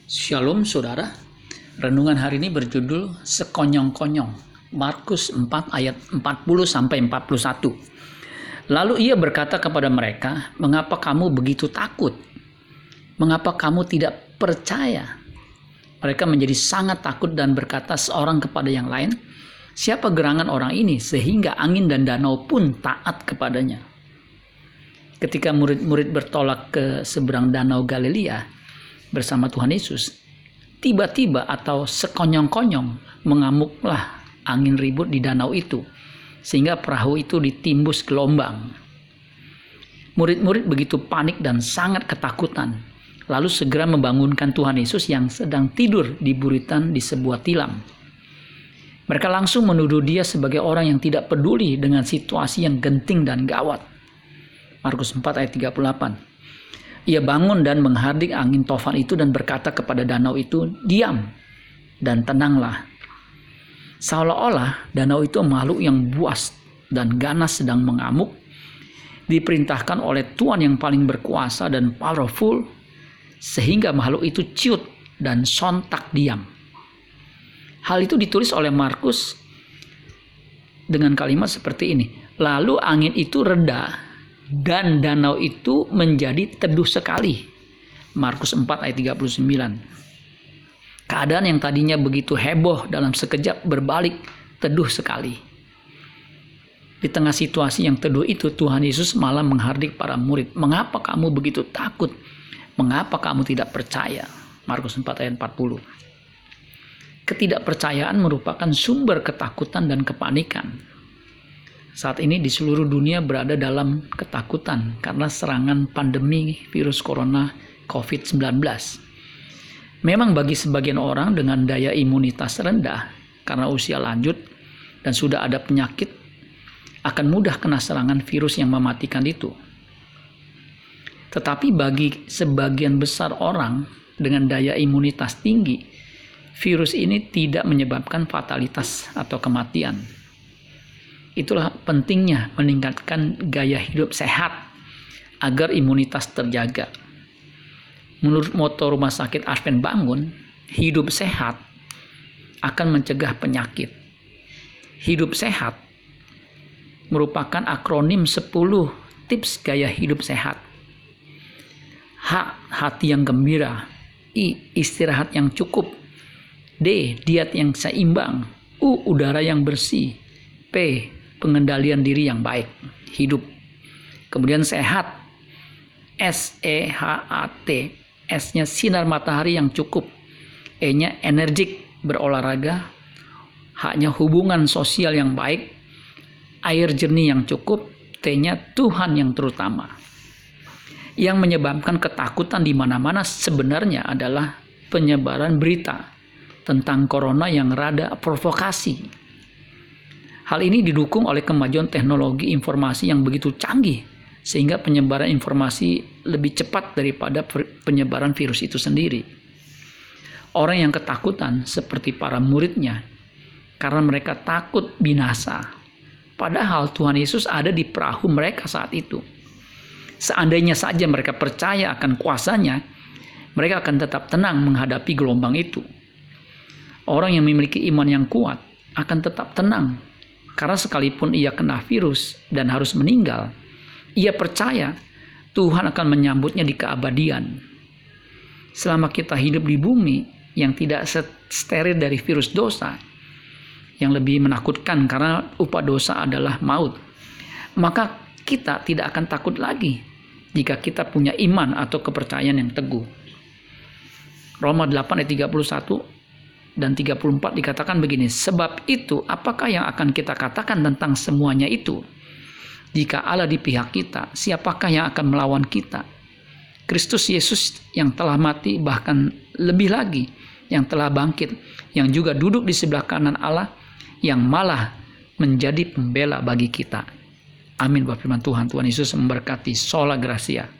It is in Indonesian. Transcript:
Shalom saudara, renungan hari ini berjudul Sekonyong-konyong, Markus 4 ayat 40-41. Lalu ia berkata kepada mereka, "Mengapa kamu begitu takut? Mengapa kamu tidak percaya?" Mereka menjadi sangat takut dan berkata seorang kepada yang lain, "Siapa gerangan orang ini sehingga angin dan danau pun taat kepadanya?" Ketika murid-murid bertolak ke seberang danau Galilea bersama Tuhan Yesus, tiba-tiba atau sekonyong-konyong mengamuklah angin ribut di danau itu, sehingga perahu itu ditimbus gelombang. Murid-murid begitu panik dan sangat ketakutan, lalu segera membangunkan Tuhan Yesus yang sedang tidur di buritan di sebuah tilam. Mereka langsung menuduh dia sebagai orang yang tidak peduli dengan situasi yang genting dan gawat. Markus 4 ayat 38. Ia bangun dan menghardik angin tofan itu dan berkata kepada danau itu, "Diam dan tenanglah." Seolah-olah danau itu makhluk yang buas dan ganas sedang mengamuk, diperintahkan oleh Tuhan yang paling berkuasa dan powerful, sehingga makhluk itu ciut dan sontak diam. Hal itu ditulis oleh Markus dengan kalimat seperti ini, "Lalu angin itu reda dan danau itu menjadi teduh sekali." Markus 4 ayat 39. Keadaan yang tadinya begitu heboh dalam sekejap berbalik teduh sekali. Di tengah situasi yang teduh itu, Tuhan Yesus malah menghardik para murid, "Mengapa kamu begitu takut? Mengapa kamu tidak percaya?" Markus 4 ayat 40. Ketidakpercayaan merupakan sumber ketakutan dan kepanikan. Saat ini di seluruh dunia berada dalam ketakutan karena serangan pandemi virus corona COVID-19. Memang bagi sebagian orang dengan daya imunitas rendah karena usia lanjut dan sudah ada penyakit, akan mudah kena serangan virus yang mematikan itu. Tetapi bagi sebagian besar orang dengan daya imunitas tinggi, virus ini tidak menyebabkan fatalitas atau kematian. Itulah pentingnya meningkatkan gaya hidup sehat agar imunitas terjaga. Menurut moto Rumah Sakit Advent Bangun, hidup sehat akan mencegah penyakit. Hidup sehat merupakan akronim 10 tips gaya hidup sehat. H. Hati yang gembira. I. Istirahat yang cukup. D. Diet yang seimbang. U. Udara yang bersih. P. Pengendalian diri yang baik, hidup. Kemudian sehat, SEHAT, S-nya sinar matahari yang cukup, E-nya energik, berolahraga, H-nya hubungan sosial yang baik, air jernih yang cukup, T-nya Tuhan yang terutama. Yang menyebabkan ketakutan di mana-mana sebenarnya adalah penyebaran berita tentang corona yang rada provokasi. Hal ini didukung oleh kemajuan teknologi informasi yang begitu canggih, sehingga penyebaran informasi lebih cepat daripada penyebaran virus itu sendiri. Orang yang ketakutan seperti para muridnya, karena mereka takut binasa. Padahal Tuhan Yesus ada di perahu mereka saat itu. Seandainya saja mereka percaya akan kuasanya, mereka akan tetap tenang menghadapi gelombang itu. Orang yang memiliki iman yang kuat akan tetap tenang. Karena sekalipun ia kena virus dan harus meninggal, ia percaya Tuhan akan menyambutnya di keabadian. Selama kita hidup di bumi yang tidak steril dari virus dosa, yang lebih menakutkan karena upah dosa adalah maut, maka kita tidak akan takut lagi jika kita punya iman atau kepercayaan yang teguh. Roma 8 ayat 31 dan 34 dikatakan begini, "Sebab itu apakah yang akan kita katakan tentang semuanya itu? Jika Allah di pihak kita, siapakah yang akan melawan kita? Kristus Yesus yang telah mati, bahkan lebih lagi yang telah bangkit, yang juga duduk di sebelah kanan Allah, yang malah menjadi pembela bagi kita." Amin buat firman Tuhan. Tuhan Yesus memberkati. Sola Gracia.